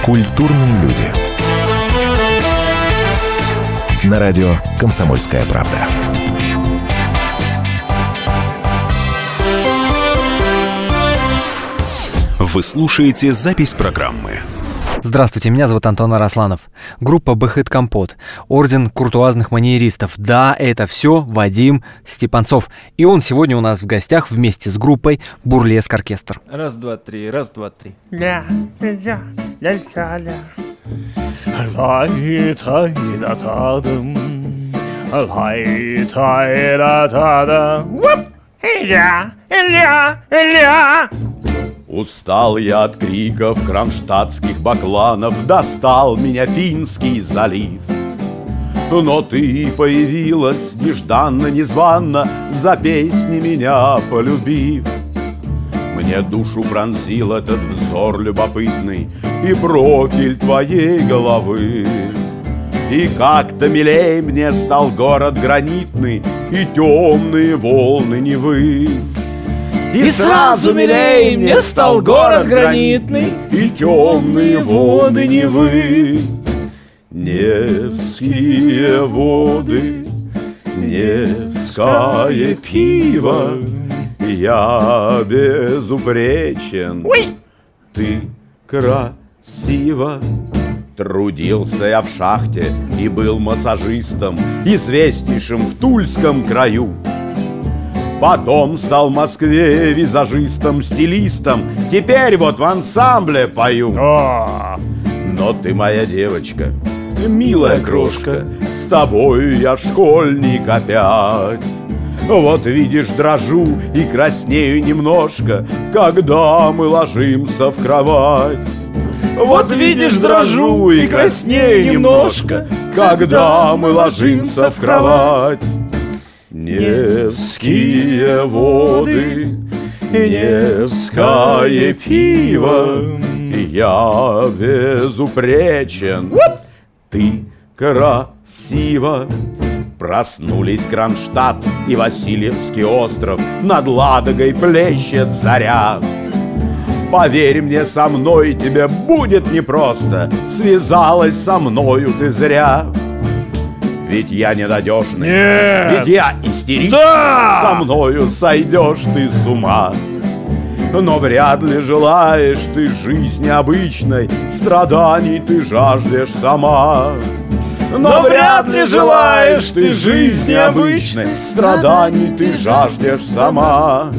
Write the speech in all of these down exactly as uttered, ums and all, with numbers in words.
Культурные люди. На радио «Комсомольская правда». Вы слушаете запись программы. Здравствуйте, меня зовут Антон Арасланов. Группа «Бэхет Компот», орден куртуазных маньеристов. Да, это все Вадим Степанцов. И он сегодня у нас в гостях вместе с группой «Бурлеск Оркестр». Раз, два, три, раз, два, три. Ля, ля, ля, ля, ля. Лай-тай-да-та-дам. Лай-тай-да-та-дам. Ля, ля, ля. Устал я от криков кронштадтских бакланов, достал меня Финский залив. Но ты появилась нежданно-незванно, за песни меня полюбив. Мне душу пронзил этот взор любопытный и профиль твоей головы. И как-то милей мне стал город гранитный и темные волны Невы. И сразу милей мне стал город гранитный и темные воды Невы. Невские воды, невское пиво, я безупречен, ты красиво. Трудился я в шахте и был массажистом, известнейшим в Тульском краю. Потом стал в Москве визажистом, стилистом, теперь вот в ансамбле пою. Но ты моя девочка, милая крошка, с тобою я школьник опять. Вот видишь, дрожу и краснею немножко, когда мы ложимся в кровать. Вот видишь, дрожу и краснею немножко, когда мы ложимся в кровать. Невские воды, невское пиво, я безупречен, ты красиво. Проснулись Кронштадт и Васильевский остров, над Ладогой плещет заря. Поверь мне, со мной тебе будет непросто, связалась со мною ты зря. Ведь я ненадежный, Нет. ведь я истерик, Да. со мною сойдешь ты с ума. Но вряд ли желаешь ты жизни обычной, страданий ты жаждешь сама. Но вряд ли желаешь ты жизни обычной, страданий ты жаждешь сама.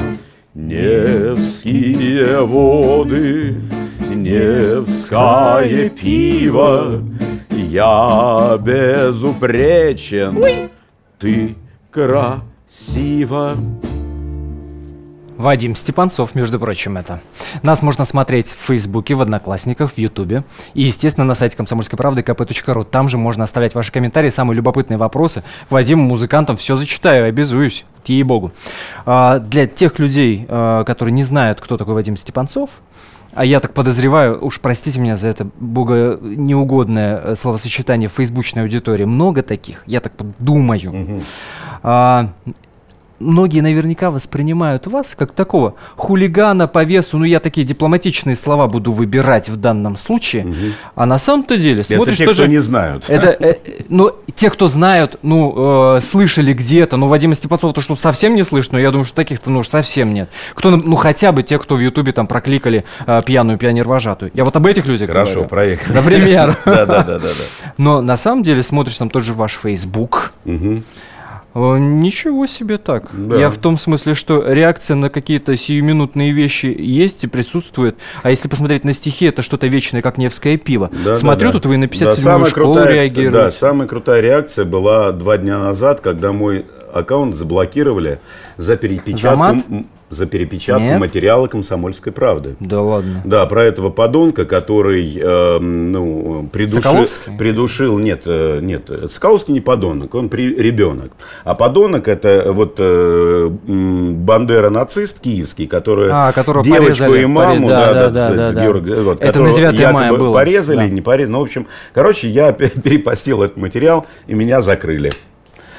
Невские воды, невское пиво, я безупречен, ты красиво. Вадим Степанцов, между прочим, это. Нас можно смотреть в Фейсбуке, в Одноклассниках, в Ютубе и, естественно, на сайте комсомольской правды ка пэ точка ру. Там же можно оставлять ваши комментарии, самые любопытные вопросы. Вадиму, музыкантам, все зачитаю, обязуюсь, ей-богу. А, для тех людей, а, которые не знают, кто такой Вадим Степанцов, а я так подозреваю, уж простите меня за это богонеугодное словосочетание в фейсбучной аудитории, много таких, я так думаю. Угу. А, Многие наверняка воспринимают вас как такого хулигана по весу, ну я такие дипломатичные слова буду выбирать в данном случае, угу. А на самом-то деле смотришь, это те, тоже, кто не знают. Это, э, ну, те, кто знают, ну, э, слышали где-то, ну, Вадима Степанцова-то что совсем не слышно, но я думаю, что таких-то, ну, совсем нет. Кто, ну, хотя бы те, кто в Ютубе там прокликали э, пьяную пионер-вожатую. Я вот об этих людях Хорошо, говорю. проехали. Например. Да-да-да. Но на самом деле смотришь там тот же ваш Фейсбук. Ничего себе так. Да. Я в том смысле, что реакция на какие-то сиюминутные вещи есть и присутствует. А если посмотреть на стихи, это что-то вечное, как Невское пиво. Да, Смотрю, да, да. Тут вы на пятьдесят седьмую да, школу реагируете. Да, самая крутая реакция была два дня назад, когда мой аккаунт заблокировали за перепечатку... За мат? За перепечатку Нет? материала «Комсомольской правды». Да ладно. Да, про этого подонка, который э, ну, придушил, придушил... Нет, э, нет, Соколовский не подонок, он при, ребенок. А подонок — это вот э, бандера-нацист киевский, который а, девочку порезали, и маму... Да, да, да, да, да, да, Георг, да. Вот, это на девятое мая было. Порезали, да. не порезали. Ну, в общем, короче, я перепостил этот материал, и меня закрыли.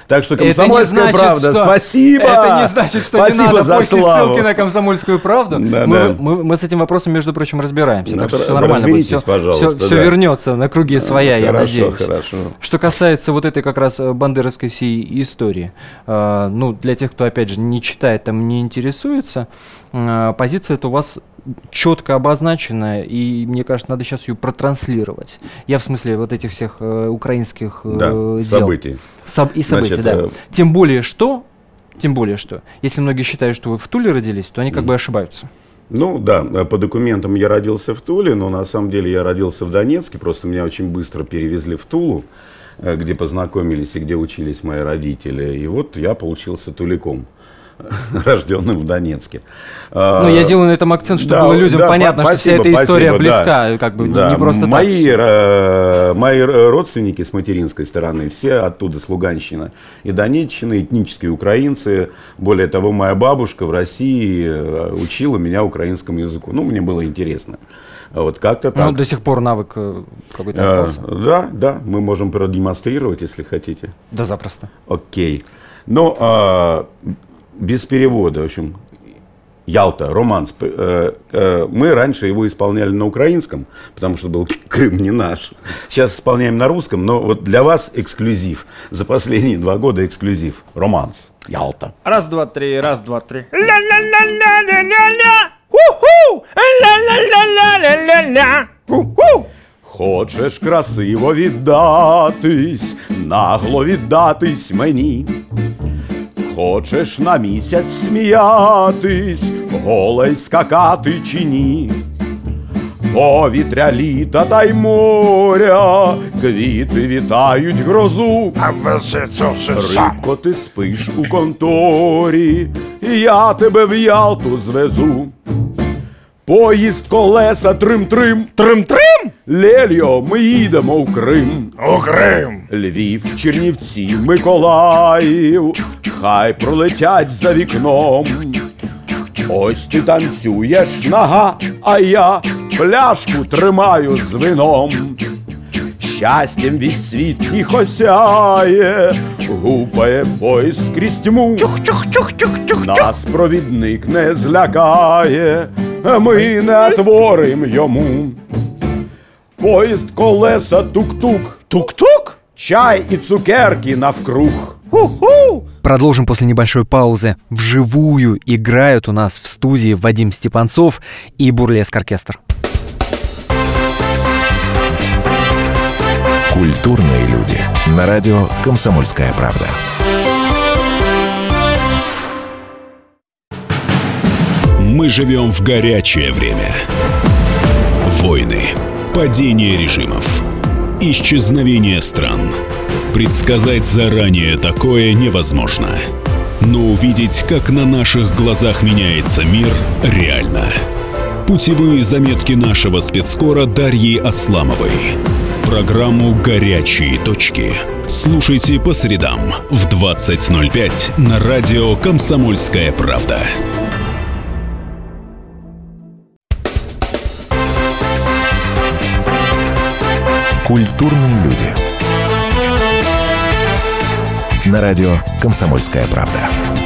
Так что «Комсомольская правда», что, спасибо. Это не значит, что спасибо не надо за постить славу. ссылки на «Комсомольскую правду». Да, мы, да. Мы, мы с этим вопросом, между прочим, разбираемся. Ну, так что все нормально будет. Все, пожалуйста, все, все да. вернется на круги своя, я хорошо, надеюсь. Хорошо. Что касается вот этой как раз бандеровской всей истории, э, ну, для тех, кто, опять же, не читает, там, не интересуется, э, позиция эта у вас четко обозначенная, и, мне кажется, надо сейчас ее протранслировать. Я в смысле вот этих всех э, украинских э, Да, дел. событий. Соб- и событий, Значит, да. э... Тем более, что, тем более, что, если многие считают, что вы в Туле родились, то они как mm. бы ошибаются. Ну да, по документам я родился в Туле, но на самом деле я родился в Донецке, просто меня очень быстро перевезли в Тулу, где познакомились и где учились мои родители. И вот я получился туляком, рожденным в Донецке. Ну, я делаю на этом акцент, чтобы да, было людям да, понятно, спасибо, что вся эта история спасибо, близка, да. как бы да. не просто мои, так. Э, мои родственники с материнской стороны, все оттуда, с Луганщины и Донеччины, этнические украинцы. Более того, моя бабушка в России учила меня украинскому языку. Ну, мне было интересно. Вот как-то так. Ну, до сих пор навык какой-то остался. А, да, да, мы можем продемонстрировать, если хотите. Да, запросто. Окей. Но а, без перевода, в общем, Ялта, романс. Э, э, мы раньше его исполняли на украинском, потому что был Крым не наш. Сейчас исполняем на русском, но вот для вас эксклюзив. За последние два года эксклюзив. Романс. Ялта. Раз, два, три, раз, два, три. Ля-ля-ля-ля-ля-ля-ля. У-ху! Ля-ля-ля-ля-ля-ля-ля. У-ху! Хочеш красиво віддатись, нагло віддатись мені. Хочеш на місяць сміятись, голей скакати чи ні? Повітря літа та й моря, квіти вітають грозу. А ви це все сам. Рибко, ти спиш у конторі, і я тебе в Ялту звезу. Поїзд колеса трим-трим, Трим-трим? Лельо, ми їдемо в Крим. У Крим. Львів, Чернівці, Миколаїв, хай пролетять за вікном. Ось ти танцюєш нога, а я пляшку тримаю з вином. Щастям весь світ тихо сяє, гупає поїзд скрізь тьму. Нас провідник не злякає, ми не творим йому. Поїзд колеса тук-тук, тук-тук, чай и цукерки навкруг. Ху-ху! Продолжим после небольшой паузы. Вживую играют у нас в студии Вадим Степанцов и Бурлеск оркестр. Культурные люди. На радио «Комсомольская правда». Мы живем в горячее время. Войны, падение режимов, исчезновение стран. Предсказать заранее такое невозможно. Но увидеть, как на наших глазах меняется мир, реально. Путевые заметки нашего спецкора Дарьи Асламовой. Программу «Горячие точки» слушайте по средам в двадцать ноль пять на радио «Комсомольская правда». Культурные люди. На радио «Комсомольская правда».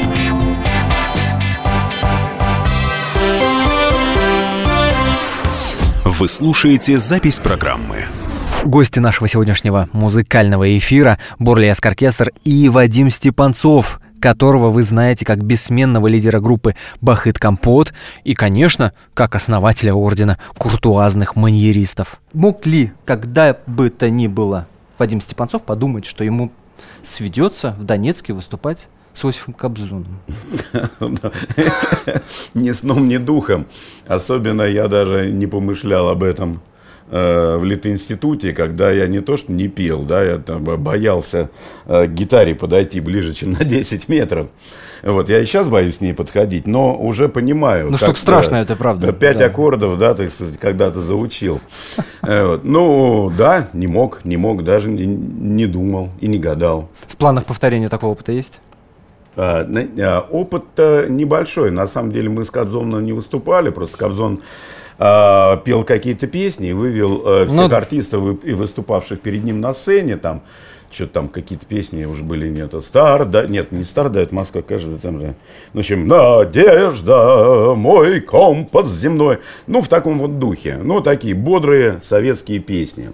Вы слушаете запись программы. Гости нашего сегодняшнего музыкального эфира — Бурлеск оркестр и Вадим Степанцов, которого вы знаете как бессменного лидера группы «Бахыт Компот» и, конечно, как основателя ордена куртуазных маньеристов. Мог ли, когда бы то ни было, Вадим Степанцов подумать, что ему сведется в Донецке выступать с Осипом Кобзоном? Ни сном, ни духом. Особенно я даже не помышлял об этом в Литинституте, когда я не то что не пел, да, я там боялся к гитаре подойти ближе, чем на десять метров. Вот, я и сейчас боюсь к ней подходить, но уже понимаю. Ну, штука страшная, это правда. Пять да. аккордов, да, ты когда-то заучил. Вот. Ну, да, не мог, не мог, даже не, не думал и не гадал. В планах повторения такого опыта есть? А, опыт небольшой. На самом деле мы с Кобзоном не выступали, просто Кобзон э, пел какие-то песни, вывел э, всех Ну, артистов и выступавших перед ним на сцене, там, что-то там какие-то песни уже были, нет, Стар, да, нет, не Стар, да, это Москва, кажется, там же, ну, в общем, надежда, мой компас земной, ну, в таком вот духе, ну, такие бодрые советские песни.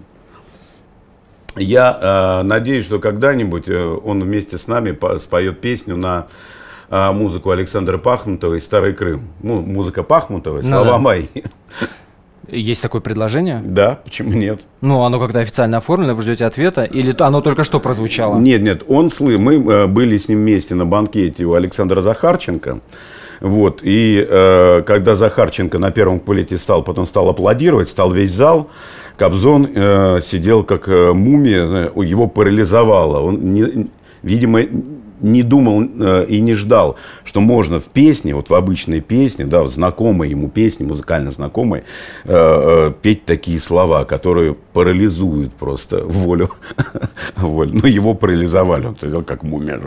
Я э, надеюсь, что когда-нибудь э, он вместе с нами по- споет песню на э, музыку Александра Пахмутова «Старый Крым». Ну, музыка Пахмутовой, Ну слова да. мои. Есть такое предложение? Да, почему нет? Ну, оно когда официально оформлено, вы ждете ответа? Или то- оно только что прозвучало? Нет, нет, он слы. Мы э, были с ним вместе на банкете у Александра Захарченко. Вот, и э, когда Захарченко на первом куплете стал, потом стал аплодировать, стал весь зал, Кобзон э, сидел как э, мумия, э, его парализовало. Он, не, видимо, не думал э, и не ждал, что можно в песне, вот в обычной песне, да, в знакомой ему песне, музыкально знакомой, э, э, петь такие слова, которые парализуют просто волю. волю. Ну, его парализовали, он сидел как мумия.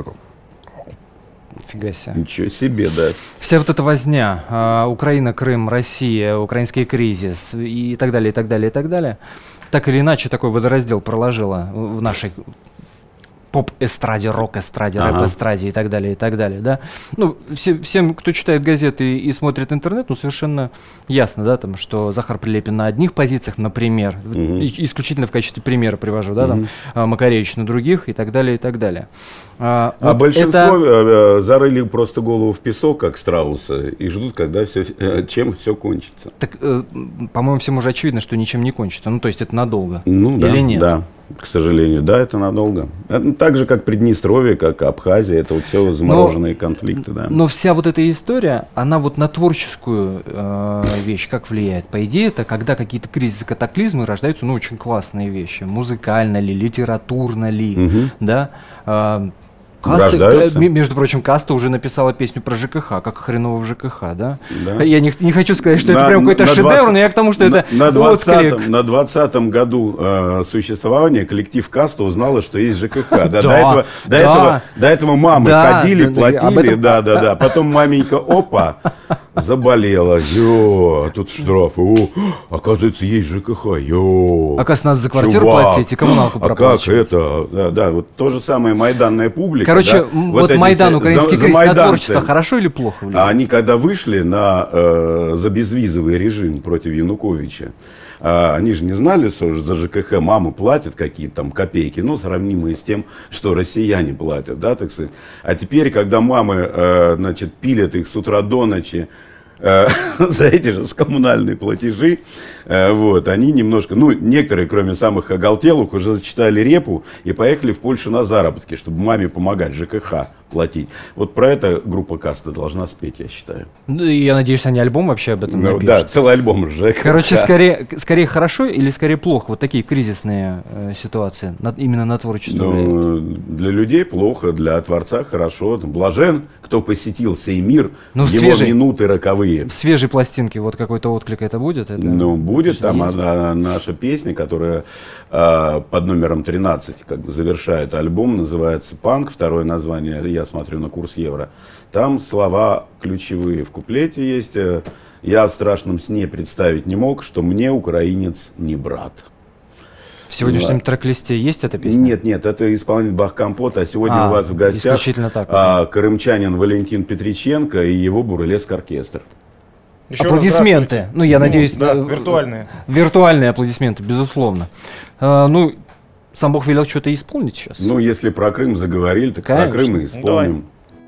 Фига себе. Ничего себе, да. Вся вот эта возня, а, Украина, Крым, Россия, украинский кризис и так далее, и так далее, и так далее, так или иначе такой водораздел проложила в нашей поп-эстраде, рок-эстраде, Ага. рэп-эстраде и так далее, и так далее, да. Ну, все, всем, кто читает газеты и, и смотрит интернет, ну, совершенно ясно, да, там, что Захар Прилепин на одних позициях, например, Мгм. и- исключительно в качестве примера привожу, да, там, а, Макаревич на других и так далее, и так далее. А, А вот большинство это- э, зарыли просто голову в песок, как страусы, и ждут, когда все, э, чем все кончится. Так, э, по-моему, всем уже очевидно, что ничем не кончится. Ну, то есть это надолго. Ну, да, Или нет? да, к сожалению, да, это надолго. Это так же, как Приднестровье, как Абхазия, это вот все замороженные конфликты, да. Но вся вот эта история, она вот на творческую э, вещь как влияет? По идее, это когда какие-то кризисы, катаклизмы, рождаются, ну, очень классные вещи. Музыкально ли, литературно ли, Мгм. да? Э, Каста, Рождаются. к- м- между прочим, Каста уже написала песню про ЖКХ, как хреново в ЖКХ, да? Да. Я не, не хочу сказать, что это На- прям какой-то на шедевр, двадцать но я к тому, что на, это на отклик. двадцатом, на двадцатом году э, существования коллектив Каста узнала, что есть ЖКХ. Да, Да, до, этого, до, да. этого, до этого мамы Да, ходили, да, да, об платили, этом- да, да, да. Потом маменька, опа, заболела. Йо, а тут штрафы. О, оказывается, есть ЖКХ. Йо. Оказывается, надо за квартиру чувак, платить и коммуналку а как проплачивать. это? Да, да, вот то же самое майданная публика. Короче, да, м, вот эти Майдан, за- украинский за кризис на майданцы. творчество хорошо или плохо А влияет? они когда вышли на, э, за безвизовый режим против Януковича, а, они же не знали, что за ЖКХ мамы платят какие-то там копейки, ну, сравнимые с тем, что россияне платят, да, так сказать. А теперь, когда мамы, э, значит, пилят их с утра до ночи, э, за эти же коммунальные платежи, э, вот, они немножко, ну, некоторые, кроме самых оголтелых, уже зачитали репу и поехали в Польшу на заработки, чтобы маме помогать, ЖКХ платить. Вот про это группа Каста должна спеть, я считаю. Ну, и я надеюсь, они альбом вообще об этом Ну, напишут. да, целый альбом ЖКХ. Короче, скорее, скорее хорошо или скорее плохо? Вот такие кризисные э, ситуации на- именно на творчество влияют. Ну, для людей плохо, для Творца хорошо. Блажен, кто посетил сей мир Ну, в его свежий. минуты роковые. В свежей пластинке вот какой-то отклик это будет? Это, Ну, будет это там есть? одна наша песня, которая а, под номером тринадцать как бы завершает альбом, называется «Панк», второе название «Я смотрю на курс евро». Там слова ключевые в куплете есть. э, «Я в страшном сне представить не мог, что мне украинец не брат». В сегодняшнем трек-листе есть эта песня? Нет, нет, это исполнитель Бах-Компот, а сегодня А, у вас в гостях исключительно так. а, крымчанин Валентин Петриченко и его бурлеск оркестр. Еще раз Аплодисменты. здравствуйте. Ну, я Ну, надеюсь, да, э, виртуальные. Виртуальные аплодисменты, безусловно. А, ну, сам Бог велел что-то исполнить сейчас. Ну, если про Крым заговорили, так Конечно. про Крым и исполним.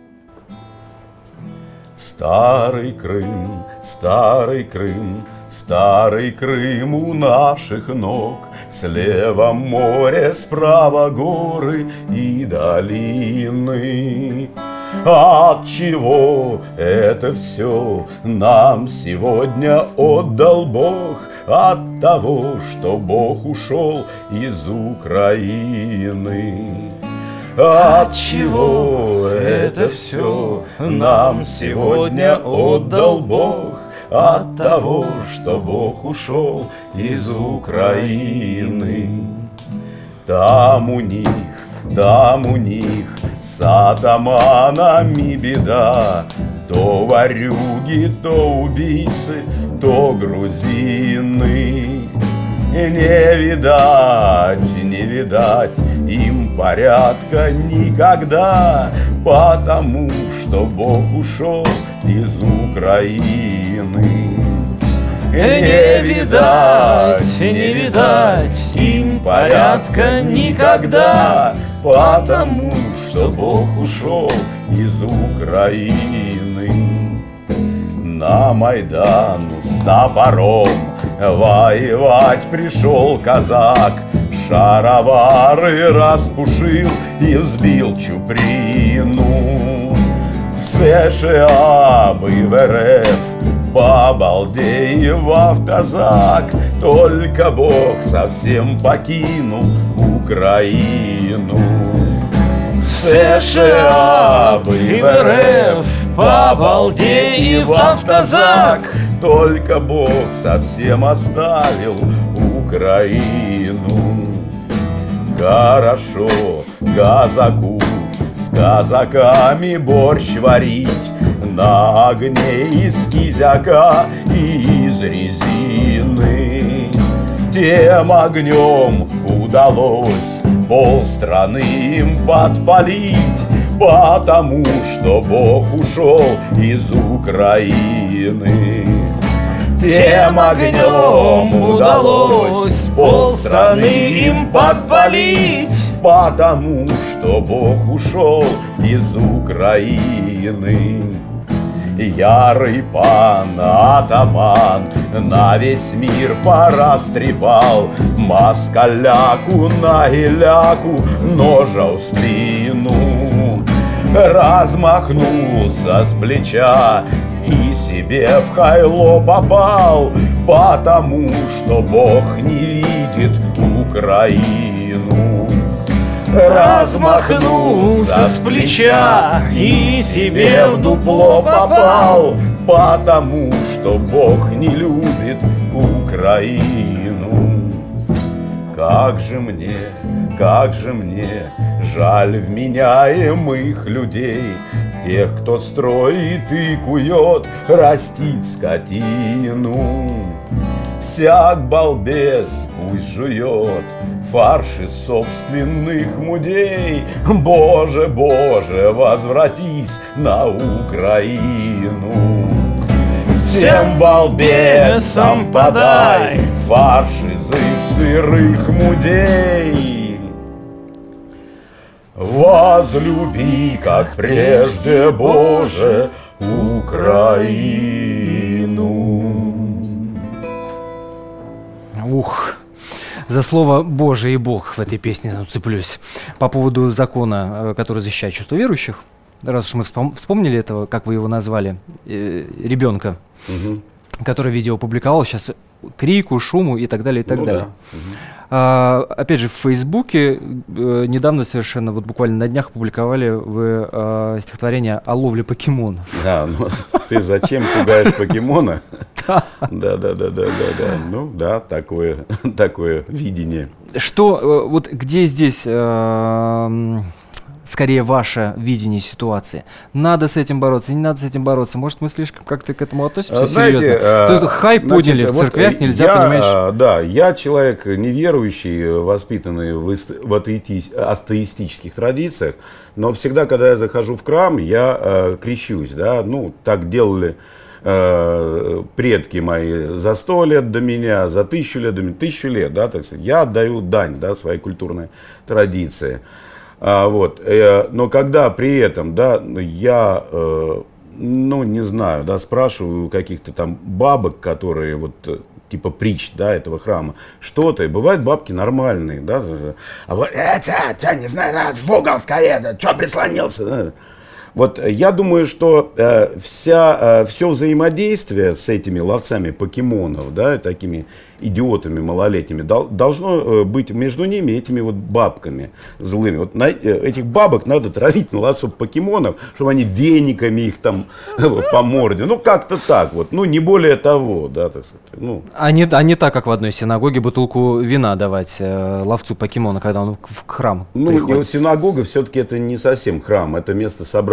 Старый Крым, старый Крым, старый Крым у наших ног. Слева море, справа горы и долины. От чего это все нам сегодня отдал Бог? От того, что Бог ушел из Украины. От чего это все нам сегодня отдал Бог? От того, что Бог ушел из Украины. Там у них, там у них с атаманами беда. То ворюги, то убийцы, то грузины. Не видать, не видать им порядка никогда, потому что Бог ушел из Украины. Не видать, не видать им порядка никогда, потому что Бог ушел из Украины. На Майдан с топором воевать пришел казак, шаровары распушил и взбил чуприну. В США бы в РФ побалдей в автозак, только Бог совсем покинул Украину. В США бы в РФ побалдей в автозак, только Бог совсем оставил Украину. Хорошо казаку с казаками борщ варить на огне из кизяка и из резины. Тем огнем удалось полстраны им подпалить, потому что Бог ушел из Украины. Тем огнем удалось полстраны им подпалить, потому что Бог ушел из Украины. Ярый пан атаман на весь мир порастрепал, москаляку на геляку ножа в спину. Размахнулся с плеча и себе в хайло попал, потому что Бог не видит Украину. Размахнулся с плеча и себе в дупло попал, потому что Бог не любит Украину. Как же мне, как же мне жаль вменяемых людей, тех, кто строит и кует, растит скотину. Всяк балбес пусть жует фарши собственных мудей. Боже, Боже, возвратись на Украину. Всем балбесам подай фарш из их сырых мудей. Возлюби, как прежде, Боже, Украину. Ух, за слово «Боже» и «Бог» в этой песне уцеплюсь. По поводу закона, который защищает чувства верующих, раз уж мы вспомнили этого, как вы его назвали, э, ребенка, угу. который видео опубликовал, сейчас крику, шуму и так далее, и так ну, далее. Да. Угу. А, опять же, в Фейсбуке э, недавно совершенно, вот буквально на днях опубликовали вы э, стихотворение о ловле покемонов. Да, ну ты зачем пугаешь покемона? Да, да, да, да, да, да. Ну да, такое, такое видение. Что, э, вот где здесь э, скорее ваше видение ситуации? Надо с этим бороться, не надо с этим бороться? Может, мы слишком как-то к этому относимся Знаете, серьезно? Тут хайп значит, подняли в церквях, вот нельзя, я, понимаешь? Да, я человек неверующий, воспитанный в, в атеистических традициях, но всегда, когда я захожу в храм, я э, крещусь, да, ну, так делали э, предки мои за сто лет до меня, за тысячу лет до меня, тысячу лет, да, так сказать, я отдаю дань, да, своей культурной традиции. А, вот, э, но когда при этом, да, я, э, ну, не знаю, да, спрашиваю у каких-то там бабок, которые вот, типа притч, да, этого храма, что-то, и бывают бабки нормальные, да, а вот, э, тя, тя, не знаю, да, в угол скорее, да, что прислонился, да. Вот я думаю, что э, вся, э, все взаимодействие с этими ловцами покемонов, да, такими идиотами малолетними, дол, должно э, быть между ними, этими вот бабками злыми. Вот на, э, этих бабок надо травить на ловцов покемонов, чтобы они вениками их там э, по морде. Ну, как-то так вот, ну, не более того, да, так сказать. Ну. А, не, а не так, как в одной синагоге бутылку вина давать э, ловцу покемона, когда он в храм ну, приходит. Ну, синагога все-таки это не совсем храм, это место собрания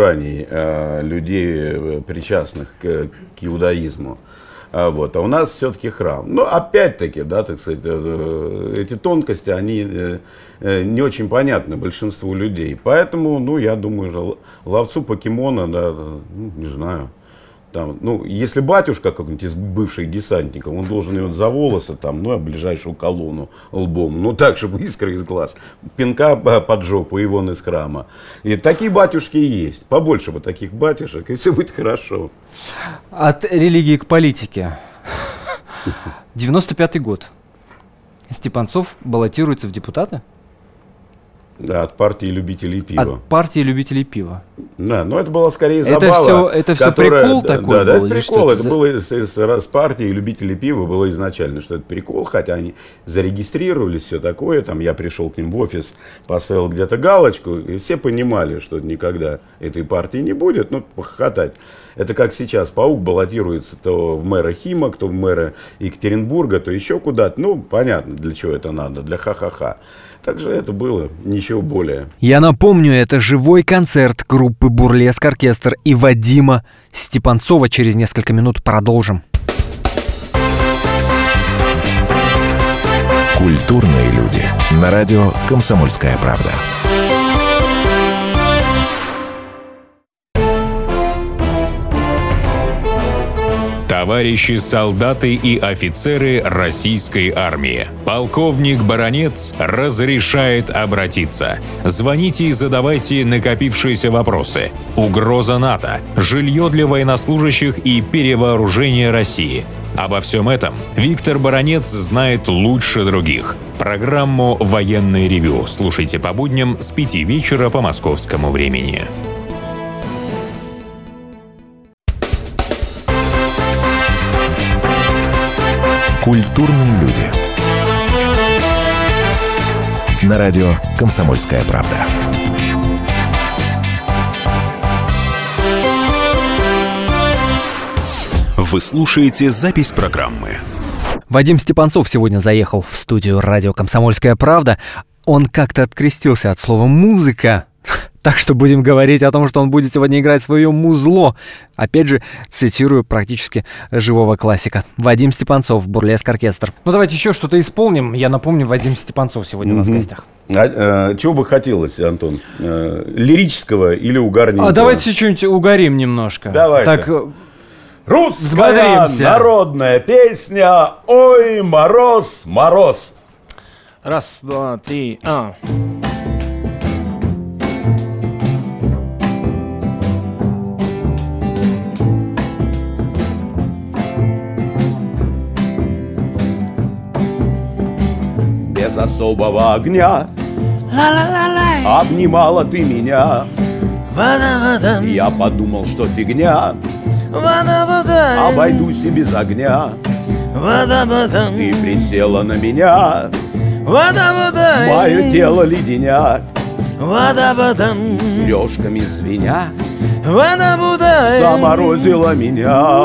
собраний э, людей, причастных к, к иудаизму. А, вот. а у нас все-таки храм. Но опять-таки, да, так сказать, э, эти тонкости, они э, э, не очень понятны большинству людей. Поэтому, ну, я думаю, что ловцу покемона, да, ну, не знаю. Там, ну, если батюшка какой-нибудь из бывших десантников, он должен ее за волосы, там, ну, а ближайшую колонну лбом, ну, так, чтобы искры из глаз, пинка под жопу и вон из храма. И такие батюшки есть. Побольше бы таких батюшек, и все будет хорошо. От религии к политике. девяносто пятый год. Степанцов баллотируется в депутаты? Да, от партии любителей пива. От партии любителей пива. Да, но это было скорее забава. Это все, это все которая, прикол да, такой да, был? Да, это или прикол. что Это за... было с, с, с партии любителей пива было изначально, что это прикол, хотя они зарегистрировались, все такое. Там я пришел к ним в офис, поставил где-то галочку, и все понимали, что никогда этой партии не будет. Ну, похохотать. Это как сейчас паук баллотируется то в мэра Химок, то в мэра Екатеринбурга, то еще куда-то. Ну, понятно, для чего это надо, для ха-ха-ха. Так же это было, ничего более. Я напомню, это живой концерт группы «Бурлеск Оркестр» и Вадима Степанцова. Через несколько минут продолжим. Культурные люди. На радио «Комсомольская правда». Товарищи солдаты и офицеры российской армии. Полковник Баранец разрешает обратиться. Звоните и задавайте накопившиеся вопросы. Угроза НАТО, жилье для военнослужащих и перевооружение России. Обо всем этом Виктор Баранец знает лучше других. Программу «Военное ревю» слушайте по будням с пяти вечера по московскому времени. Культурные люди. На радио «Комсомольская правда». Вы слушаете запись программы. Вадим Степанцов сегодня заехал в студию радио «Комсомольская правда». Он как-то открестился от слова «музыка». Так что будем говорить о том, что он будет сегодня играть свое музло. Опять же, цитирую практически живого классика. Вадим Степанцов, «Бурлеск Оркестр». Ну, давайте еще что-то исполним. Я напомню, Вадим Степанцов сегодня у нас в гостях. А, а, чего бы хотелось, Антон? А, лирического или угарненького? А давайте что-нибудь угорим немножко. Давайте. Так, русская взбодримся. Народная песня «Ой, мороз, мороз». Раз, два, три, а. Без особого огня Ла-ла-ла-лай. обнимала ты меня. Вода-вода. Я подумал, что фигня, Вода-вода. обойдусь и без огня. Вода-вода. Ты присела на меня, Вода-вода. мое тело леденя, Вода-вода. сережками звеня, Вода-вода. заморозила меня.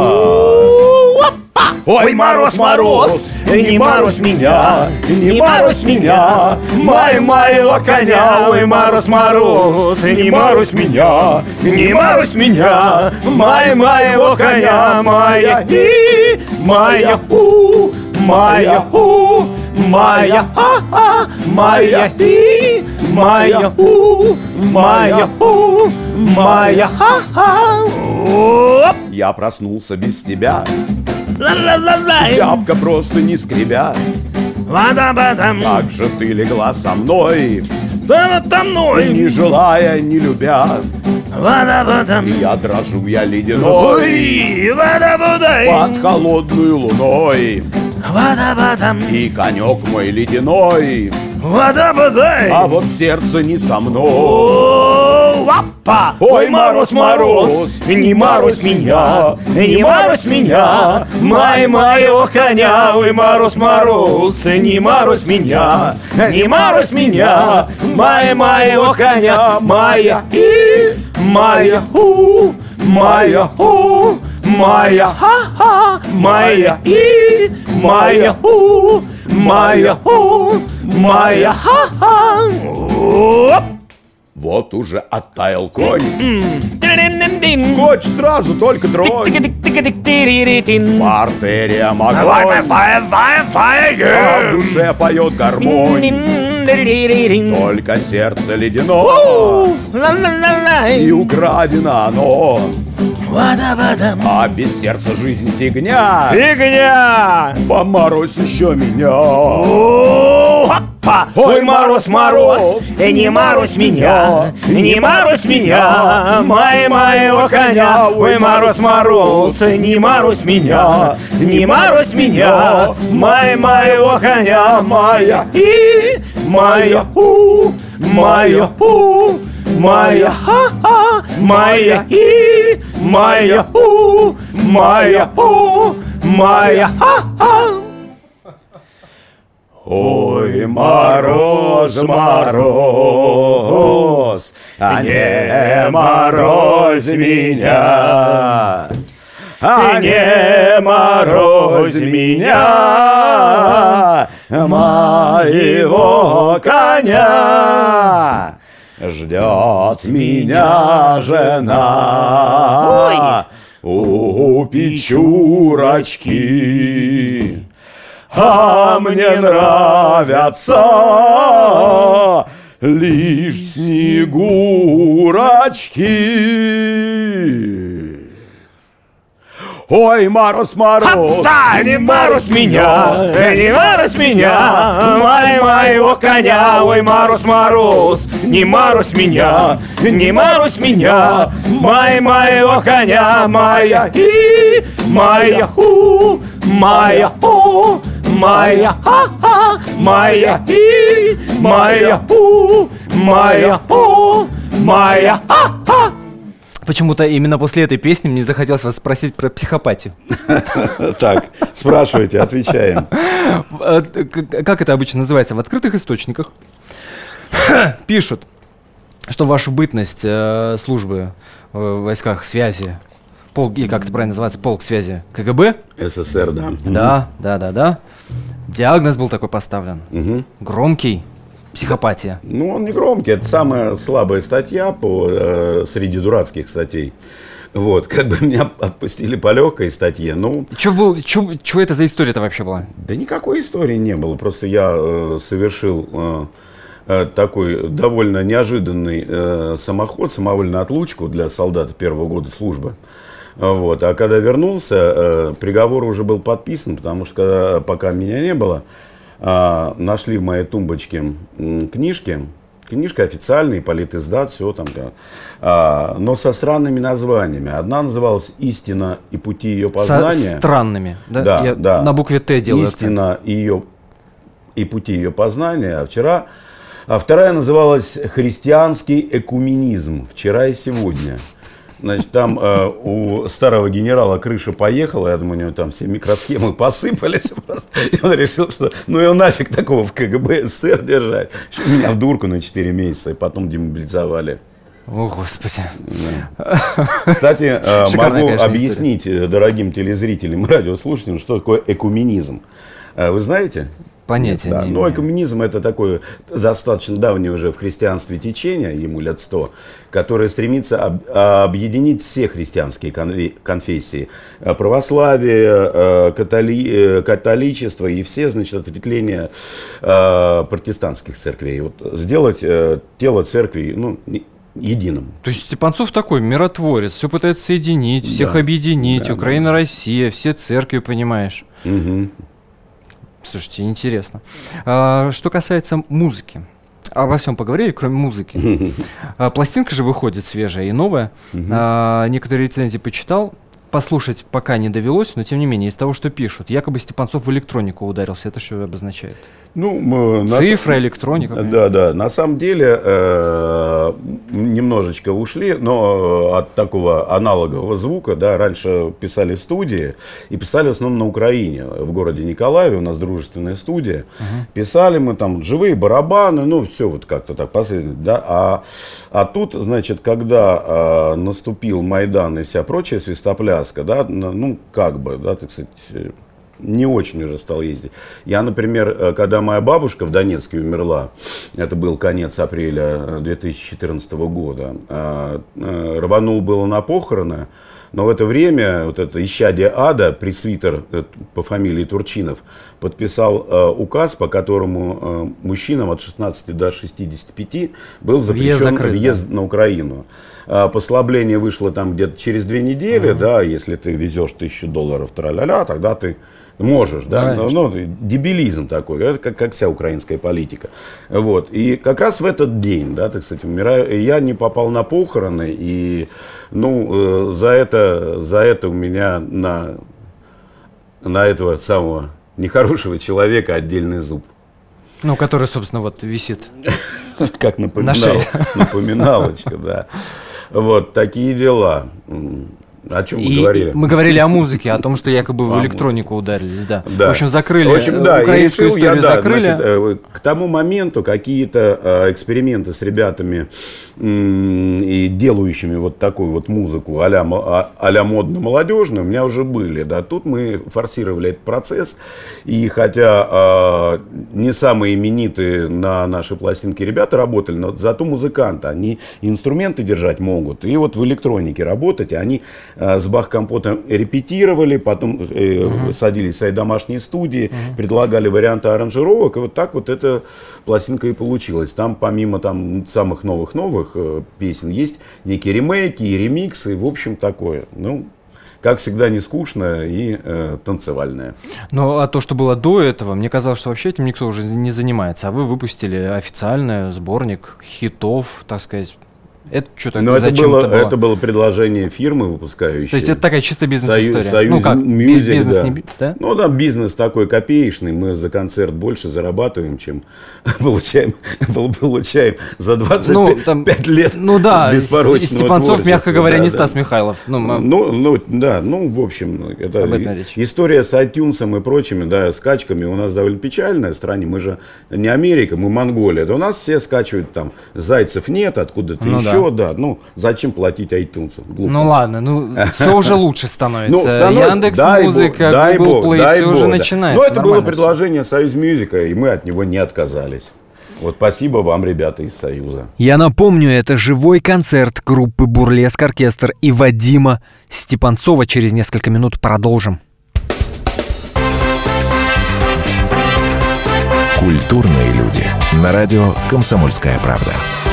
Ой, мороз, мороз, не мороз меня, не мороз меня, май моего коня. Ой, мороз, мороз, не мороз меня, не мороз меня, май моего коня. Моя и, моя у, моя у, моя а, моя и, моя у, моя у, моя а. Я проснулся без тебя, Ла-ла-ла-лай. зябко просто не скребя. Вода-вода. Как же ты легла со мной, Да надо мной. не желая, не любя. Вода-вода. Я дрожу, я ледяной Ой, вода-вода. под холодную луной. Вода-вода. И конек мой ледяной, Вода-вода. а вот сердце не со мной. О, лапа. Ой, мороз, мороз, не мороз меня, не мороз меня, май моего коня. Ой, мороз, мороз, не мороз меня, не мороз меня, май моего коня. Моя и, моя у, моя у, моя ха-ха, моя и, моя у, моя у, моя ха-ха. вот уже оттаял конь. Скотч сразу только тронь. Артерия огонь, а в душе поет гармонь. Только сердце ледяное, и украдено оно. А без сердца жизнь фигня. Фигня! Поморозь еще меня. Ой, мороз, мороз, не морозь меня, не морозь меня, май моего коня. Ой, мороз, мороз, не морозь меня, не морозь меня, май моего коня. Моя и моя у, моя у, моя ха-ха, моя и моя у, моя у, моя ха-ха. Ой, мороз, мороз, а не морозь меня, а не морозь меня, моего коня. Ждет меня жена у Печурочки. А мне нравятся лишь снегурочки. Ой, мороз, мороз, Да, не мороз меня, не мороз меня, май моего коня. Ой, мороз, мороз, не мороз меня, не мороз меня, май моего коня. Моя и моя ху, моя ху, моя ха-ха, моя и моя ху, моя ху, моя ха-ха. Почему-то именно после этой песни мне захотелось вас спросить про психопатию. Так, спрашивайте, отвечаем. Как это обычно называется? В открытых источниках пишут, что вашу бытность э, службы в войсках связи, полк, или как это правильно называется, полк связи КГБ. СССР, да. Да, да, да, да. Диагноз был такой поставлен. Угу. Громкий. Психопатия. Ну, он не громкий, это самая слабая статья по, э, среди дурацких статей. Вот, как бы меня отпустили по легкой статье, ну... Что был, чё, чё это за история-то вообще была? Да никакой истории не было, просто я э, совершил э, э, такой довольно неожиданный э, самоход, самовольную отлучку для солдата первого года службы. Вот, а когда вернулся, э, приговор уже был подписан, потому что когда, пока меня не было, э, нашли в моей тумбочке э, книжки. Книжка официальная, политиздат, все там. А, но со странными названиями. Одна называлась «Истина и пути ее познания». Со странными, да? Да, Я да. На букве Т делаю «Истина и, ее, и пути ее познания». А, вчера, а вторая называлась «Христианский экуменизм. Вчера и сегодня». Значит, там э, у старого генерала крыша поехала, я думаю, у него там все микросхемы посыпались просто. И он решил, что ну его нафиг такого в КГБ СССР держать. Меня в дурку на четыре месяца, и потом демобилизовали. О, Господи. Да. Кстати, э, Шикарная, могу конечно, объяснить история. Дорогим телезрителям и радиослушателям, что такое экуменизм. Э, вы знаете? Понятия Нет, да. не Но имею. экуменизм — это такое достаточно давнее уже в христианстве течение, ему лет сто, которое стремится об, объединить все христианские конве, конфессии. Православие, католи, католичество и все, значит, ответвления протестантских церквей. Вот сделать тело церкви, ну, единым. То есть Степанцов такой миротворец, все пытается соединить, всех Да. объединить, Да, Украина, да. Россия, все церкви, понимаешь. Угу. Слушайте, интересно. А, что касается музыки. Обо всем поговорили, кроме музыки. А, пластинка же выходит свежая и новая. А, некоторые рецензии почитал. Послушать пока не довелось, но тем не менее, из того, что пишут, якобы Степанцов в электронику ударился. Это что обозначает? Ну, мы, Цифра, на, электроника. Да, да. На самом деле э, немножечко ушли, но от такого аналогового звука, да, раньше писали в студии и писали в основном на Украине, в городе Николаеве, у нас дружественная студия. Uh-huh. Писали мы там живые барабаны, ну, все вот как-то так последовательно, да. А, а тут, значит, когда э, наступил Майдан и вся прочая свистопляска, да, ну, как бы, да, так сказать, не очень уже стал ездить. Я, например, когда моя бабушка в Донецке умерла, это был конец апреля две тысячи четырнадцатого года, рванул было на похороны, но в это время вот это исчадие ада, пресвитер по фамилии Турчинов, подписал э, указ, по которому э, мужчинам от шестнадцати до шестидесяти пяти был запрещен въезд, въезд да. на Украину. А послабление вышло там где-то через две недели, uh-huh. да, если ты везешь тысячу долларов, тра-ля-ля, тогда ты можешь, да, ну, ну, дебилизм такой, это как, как вся украинская политика. Вот. И как раз в этот день, да, так сказать, умираю, я не попал на похороны, и ну, э, за, это, за это у меня на, на этого самого нехорошего человека отдельный зуб. Ну, который, собственно, вот висит. Как напоминалочка, да. Вот, такие дела. О чем мы и, говорили? Мы говорили о музыке, о том, что якобы в электронику ударились, да. да. В общем, закрыли, в общем, да, украинскую решил историю я, да, закрыли. Значит, к тому моменту какие-то э, эксперименты с ребятами м- и делающими вот такую вот музыку а-ля, а-ля модно-молодежную у меня уже были. Да. Тут мы форсировали этот процесс, и хотя э, не самые именитые на нашей пластинке ребята работали, но зато музыканты, они инструменты держать могут, и вот в электронике работать, они с Бах-компотом репетировали, потом э, uh-huh. садились в свои домашние студии, uh-huh. предлагали варианты аранжировок, и вот так вот эта пластинка и получилась. Там помимо там, самых новых-новых э, песен есть некие ремейки и ремиксы, в общем, такое. Ну, как всегда, не скучно и э, танцевальное. Ну, а то, что было до этого, мне казалось, что вообще этим никто уже не занимается. А вы выпустили официальный сборник хитов, так сказать. Это что-то Но это было, было? это было предложение фирмы выпускающей. То есть это такая чисто бизнес-история? Союз, ну как, Music, бизнес да. Не, да? Ну да, бизнес такой копеечный. Мы за концерт больше зарабатываем, чем получаем, получаем за двадцать пять ну, там, лет ну, да, беспорочного Степанцов, мягко говоря, да, не да. Стас Михайлов. Ну, ну, ну, да, ну, в общем, это история с iTunes и прочими, да, скачками у нас довольно печальная в стране. Мы же не Америка, мы Монголия. Да у нас все скачивают там, зайцев нет, откуда-то ну, еще, да, да ну, зачем платить iTunes? Глупо. Ну ладно, ну все уже лучше становится. Ну, становится Яндекс.Музыка, Google Бог, Play, все Бог, уже да. начинается. Но это было все. предложение Союз Мьюзика, и мы от него не отказались. Вот спасибо вам, ребята из Союза. Я напомню, это живой концерт группы «Бурлеск Оркестр» и Вадима Степанцова. Через несколько минут продолжим. Культурные люди. На радио «Комсомольская правда».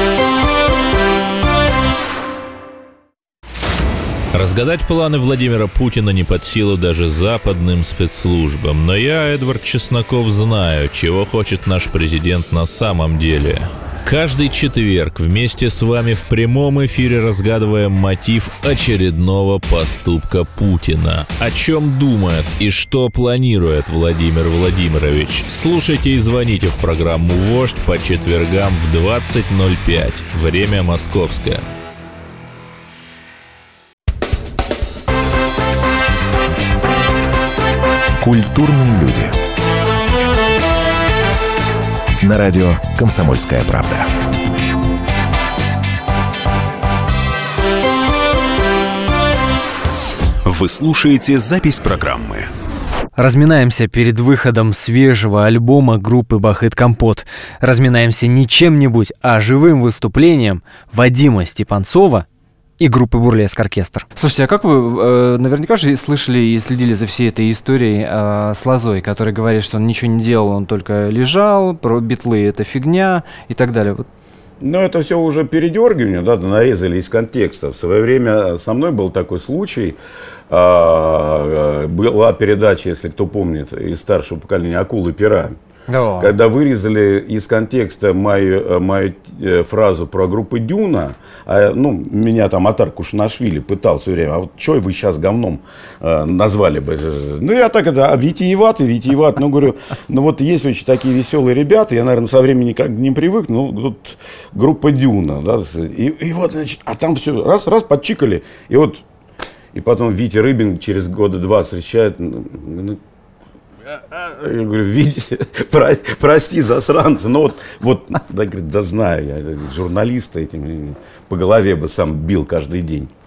Разгадать планы Владимира Путина не под силу даже западным спецслужбам. Но я, Эдвард Чесноков, знаю, чего хочет наш президент на самом деле. Каждый четверг вместе с вами в прямом эфире разгадываем мотив очередного поступка Путина. О чем думает и что планирует Владимир Владимирович? Слушайте и звоните в программу «Вождь» по четвергам в двадцать ноль пять. Время московское. Культурные люди. На радио «Комсомольская правда». Вы слушаете запись программы. Разминаемся перед выходом свежего альбома группы «Бахыт Компот». Разминаемся не чем-нибудь, а живым выступлением Вадима Степанцова и группы «Бурлеск Оркестр». Слушайте, а как вы э, наверняка же слышали и следили за всей этой историей э, с Лозой, который говорит, что он ничего не делал, он только лежал, про битлы — это фигня и так далее. Вот. Ну, это все уже передергивание, да, нарезали из контекста. В свое время со мной был такой случай. А, была передача, если кто помнит, из старшего поколения «Акулы пера». О. Когда вырезали из контекста мою, мою фразу про группу Дюна, а, ну, меня там Атар Кушанашвили пытал все время, а вот что вы сейчас говном э, назвали бы? Ну, я так это, а витиеватый, витиеват, ну, говорю, ну, вот есть очень такие веселые ребята, я, наверное, со временем никак не привык, ну, вот группа Дюна, да, и, и вот, значит, а там все, раз, раз, подчикали, и вот, и потом Витя Рыбин через года два встречает, ну, я говорю, видите, про, прости, засранцы, но вот, вот да, говорит, да знаю, я журналиста этим по голове бы сам бил каждый день.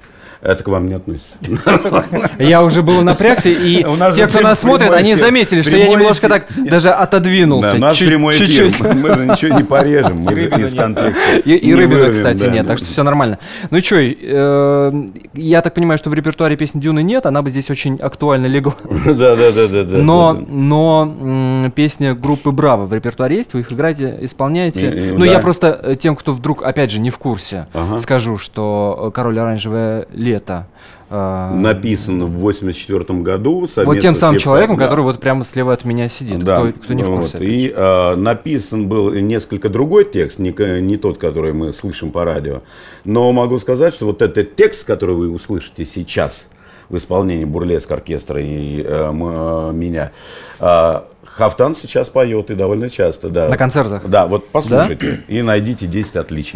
Это к вам не относится. Я уже был напрягся, и те, кто нас смотрит, они заметили, что я немножко так даже отодвинулся. У нас прямой эфир, мы же ничего не порежем, мы из контекста. И Рыбина, кстати, нет, так что все нормально. Ну что, я так понимаю, что в репертуаре песни Дюны нет, она бы здесь очень актуально легла. Да, да, да, да. Но, но песня группы Браво в репертуаре есть, вы их играете, исполняете. Ну, я просто тем, кто вдруг, опять же, не в курсе, скажу, что «Король оранжевое лето» написан в восемьдесят четвёртом году. Вот тем самым человеком, да. который вот прямо слева от меня сидит, да. кто, кто не в курсе. Вот. И э, написан был несколько другой текст, не, не тот, который мы слышим по радио. Но могу сказать, что вот этот текст, который вы услышите сейчас в исполнении бурлеск оркестра и э, э, меня, э, Хафтан сейчас поет и довольно часто. Да. На концертах? Да, вот послушайте да? и найдите десять отличий.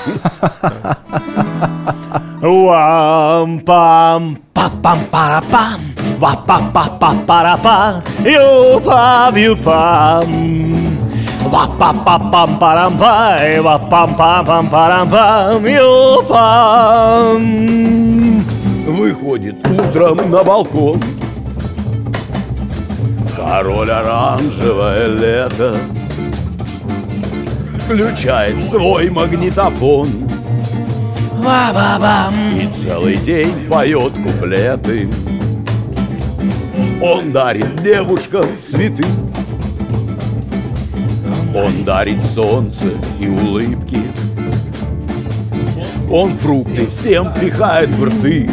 Уам-пам, па-пам-пара-пам, ва-па-па-па-пара-пам, ю-пам, ю-пам. Ва-па-па-пам-парам-пай, ва-пам-пам-пам-парам-пам, ю-пам. Выходит утром на балкон король оранжевое лето, включает свой магнитофон и целый день поет куплеты. Он дарит девушкам цветы, он дарит солнце и улыбки, он фрукты всем пихает в рты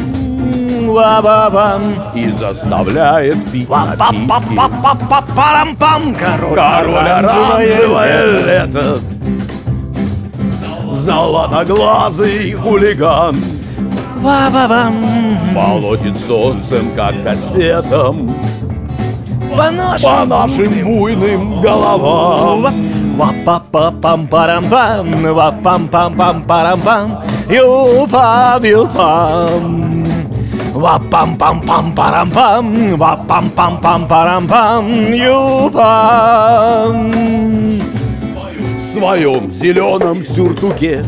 и заставляет пить напитки. Король оранжевое лето, золотоглазый хулиган, молотит солнцем, как кассетом, по нашим буйным головам. Ва-па-па-пам-парам-пам, ва-пам-пам-пам-парам-пам, ю-пам, ю-пам. Ва-пам-пам-пам-парам-пам, ва-пам-пам-пам-парам-пам, ю-пам. В своем зеленом сюртуке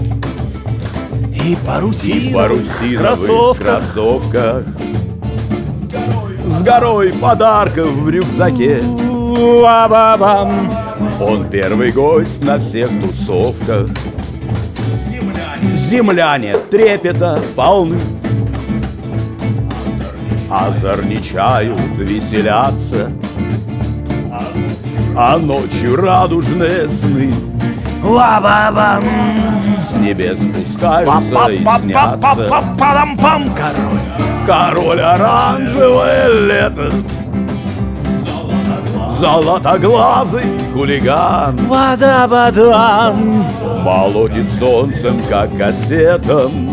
и парусиновых, и парусиновых кроссовках. кроссовках, с горой подарков в рюкзаке. Ва-ба-бам. Он первый гость на всех тусовках. Земляне трепета полны, озорничают, веселятся, а ночью радужные сны Ва-ба-бам. с небес спускаются и снятся. Па-па-па-па-пам-пам, король. Король оранжевое лето, золотоглазый хулиган, Ва-да-ба-дам. молотит солнцем, как кассетом,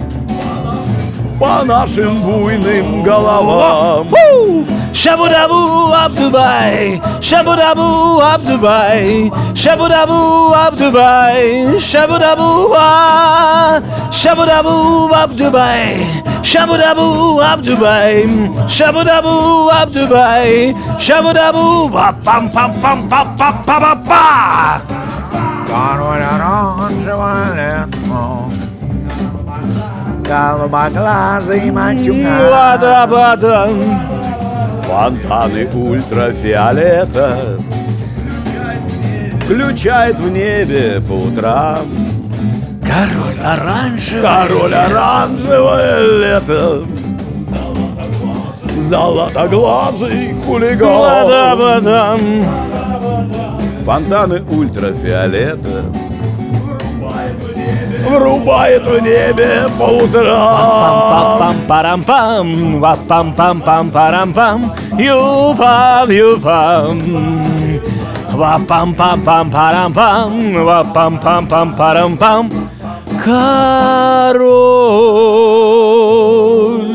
по нашим буйным головам. Шабу-дабу аб-Дубай, шабу-дабу аб-Дубай, шабу-дабу аб-Дубай, шабу-дабу а, шабу-дабу аб-Дубай, шабу-дабу аб-Дубай, шабу-дабу аб-Дубай, шабу-дабу па-пам-пам-пам-па-па-па-па. Король оранжевое лето, голубоглазый мальчуган. Ва-да-ба-дам. Фонтаны ультрафиолета включает в небе по утрам. Король оранжевый. Король оранжевое лето, золотоглазый хулиган. Ва-да-ба-дам. Фонтаны ультрафиолета врубает в небе по утрам. Пам-пам-пам-парам-пам, ва-пам-пам-пам-парам-пам, ю-пам, ю-пам. Ва-пам-пам-пам-парам-пам, ва-пам-пам-пам-парам-пам. Король.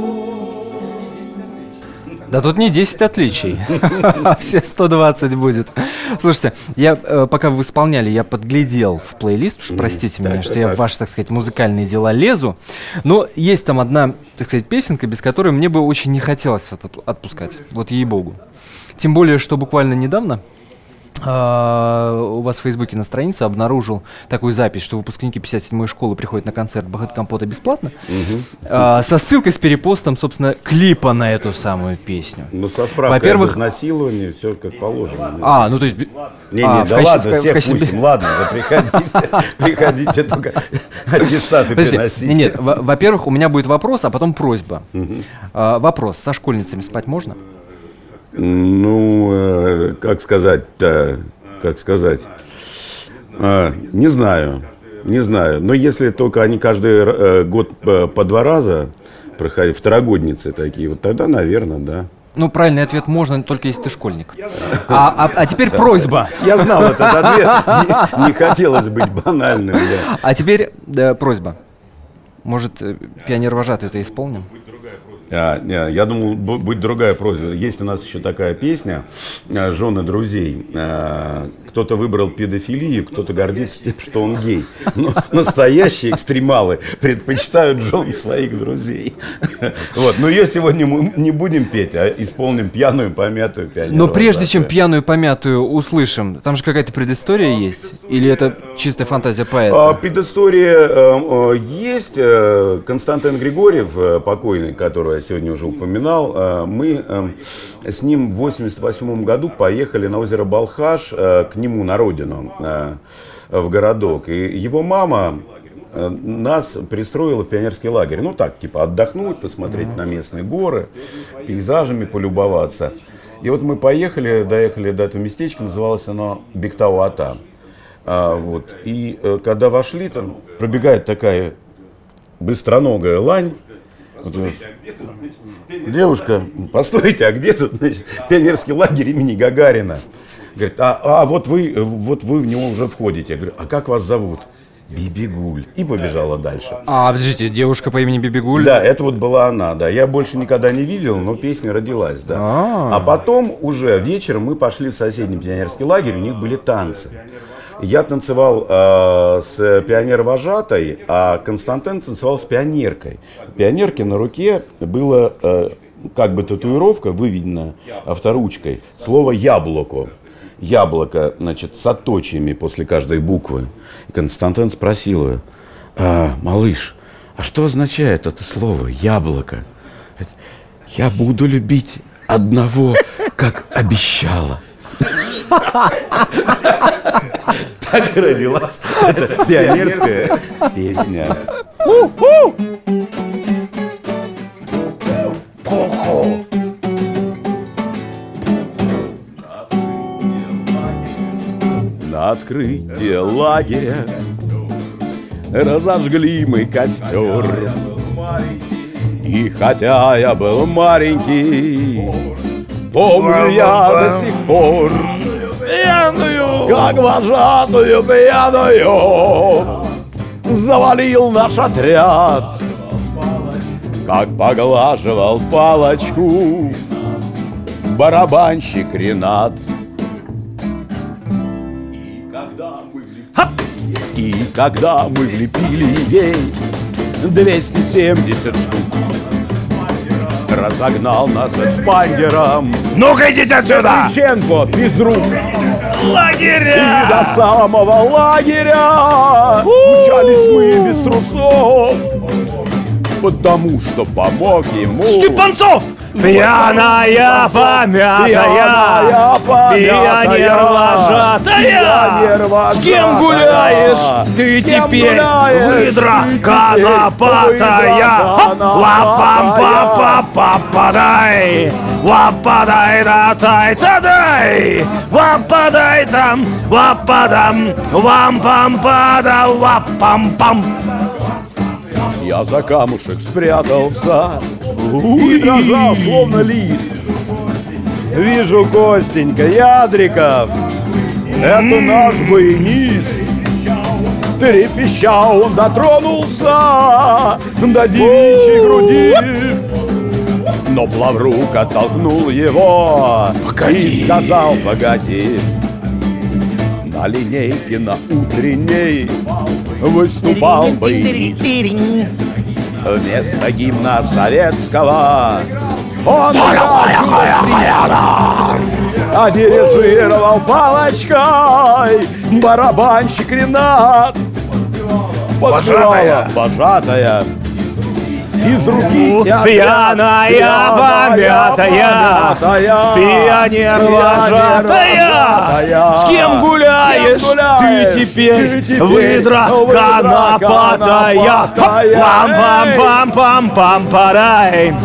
Да тут не десять отличий, а все сто двадцать будет. Слушайте, я э, пока вы исполняли, я подглядел в плейлист, уж простите меня, что я в ваши, так сказать, музыкальные дела лезу, но есть там одна, так сказать, песенка, без которой мне бы очень не хотелось отпускать, вот ей-богу. Тем более, что буквально недавно А, у вас в Фейсбуке на странице обнаружил такую запись, что выпускники пятьдесят седьмой школы приходят на концерт «Бахыт Компота» бесплатно, угу. а, со ссылкой с перепостом, собственно, клипа на эту самую песню. Ну, со справкой Во-первых... об изнасиловании, все как положено. А, ну то есть... Не, не, а, да каче... ладно, всех каче... пустим, ладно, вы приходите, приходите, только аттестаты приносите. Нет, во-первых, у меня будет вопрос, а потом просьба. Вопрос, со школьницами спать можно? Ну, э, как сказать-то, как сказать, э, не знаю, не знаю. Но если только они каждый э, год по, по два раза проходят, второгодницы такие, вот тогда, наверное, да. Ну, правильный ответ можно, только если ты школьник. А, а, а теперь просьба. Я знал этот ответ, не, не хотелось быть банальным. Да. А теперь да, просьба. Может, пионер-вожатый это исполним? А, не, я думал, будет другая просьба. Есть у нас еще такая песня «Жены друзей». Кто-то выбрал педофилию, кто-то гордится тем, что он гей. Но настоящие экстремалы предпочитают жен своих друзей. Вот. Но ее сегодня мы не будем петь, а исполним пьяную, помятую пионеру. Но прежде чем пьяную, помятую услышим, там же какая-то предыстория есть? Или это чистая фантазия поэта? А, предыстория э, есть. Константин Григорьев, покойный, которого я сегодня уже упоминал, мы с ним в восемьдесят восьмом году поехали на озеро Балхаш к нему на родину, в городок. И его мама нас пристроила в пионерский лагерь. Ну так, типа отдохнуть, посмотреть на местные горы, пейзажами полюбоваться. И вот мы поехали, доехали до этого местечка, называлось оно Бектау-Ата. А, вот. И когда вошли, там пробегает такая быстроногая лань. Вот, вот. Девушка, постойте, а где тут, значит, пионерский лагерь имени Гагарина? Говорит, а, а вот, вы, вот вы в него уже входите. Я говорю, а как вас зовут? Бибигуль. И побежала дальше. А, подождите, девушка по имени Бибигуль? Да, это вот была она, да. Я больше никогда не видел, но песня родилась, да. А, -а, -а. А потом уже вечером мы пошли в соседний пионерский лагерь, у них были танцы. Я танцевал э, с пионер-вожатой, а Константин танцевал с пионеркой. Пионерки на руке было э, как бы татуировка, выведена авторучкой, слово «яблоко». Яблоко, значит, с отточиями после каждой буквы. И Константин спросил ее, а, малыш, а что означает это слово «яблоко»? Я буду любить одного, как обещала. Так родилась эта пионерская песня. На открытие лагеря разожгли мы костер. И хотя я был маленький, помню я до сих пор пьяную, как вожатую пьяную, завалил наш отряд, как поглаживал палочку барабанщик Ренат. И когда мы влепили ей двести семьдесят штук, разогнал нас эспандером. Ну-ка идите отсюда! Криченко без рук. Лагеря! И до самого лагеря мчались мы без трусов, потому что помог ему Степанцов! Пьяная, помятая, пионер-вожатая, с кем гуляешь? Ты теперь выдра конопатая. Ла-пам-па-па-па-падай, ла-падай-да-тай-та-дай, ла-падай-там, ла-падам, ла-пам-па-да, ла-пам-пам. Я за камушек спрятался и дрожал, словно лист. Вижу Костенька Ядриков, это наш баянист. Трепеща он дотронулся до девичьей груди, но Плаврук оттолкнул его погоди. И сказал: погоди. На линейке на утренней выступал баянист. Вместо гимна советского он а дирижировал палочкой барабанщик Ренат. Вожатая, вожатая, из руки пьяная, помятая, пионер-вожатая. С кем гуляешь ты теперь, выдра конопатая? Пам-пам-пам-пам-пам-парай,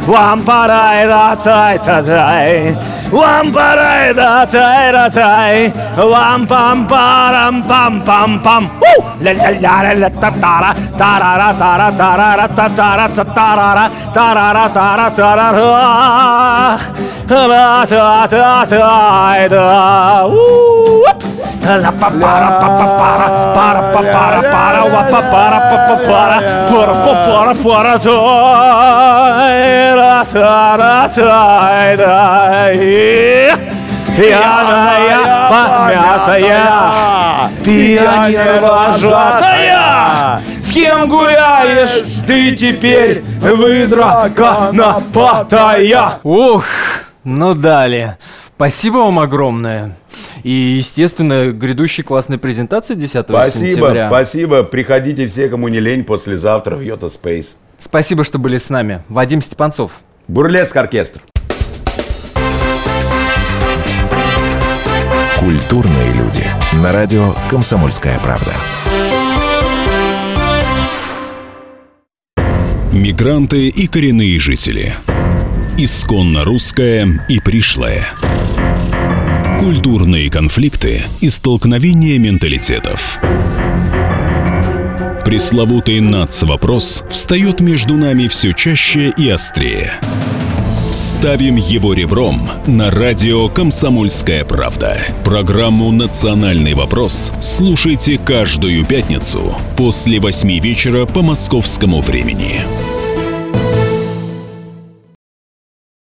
лампарай-дай-дай-дай, лампарай-дай-дай-дай, лам-пам-парам-пам-пам-пам. Ля-ля-ля-ля-та-тара, тарара-тара-тара-тара-тара, тарара, тарара-тара-тара, ла-та-та-тай-да. Ла-па-пара-па-па-пара, пара-па-пара-пара, ла-па-пара-па-па-пара, пара-па-пара-пара-тай-да-тай-да. Пьяная, помятая, пионер-вожатая. С кем гуляешь ты теперь, выдра конопатая? Ух, ну далее. Спасибо вам огромное. И, естественно, грядущей классной презентации десятого спасибо, сентября. Спасибо, приходите все, кому не лень, послезавтра в Йота Спейс. Спасибо, что были с нами. Вадим Степанцов. Бурлеск оркестр. Культурные люди. На радио «Комсомольская правда». Мигранты и коренные жители. Исконно русское и пришлое. Культурные конфликты и столкновения менталитетов. Пресловутый нацвопрос встает между нами все чаще и острее. Ставим его ребром на радио «Комсомольская правда». Программу «Национальный вопрос» слушайте каждую пятницу после восьми вечера по московскому времени.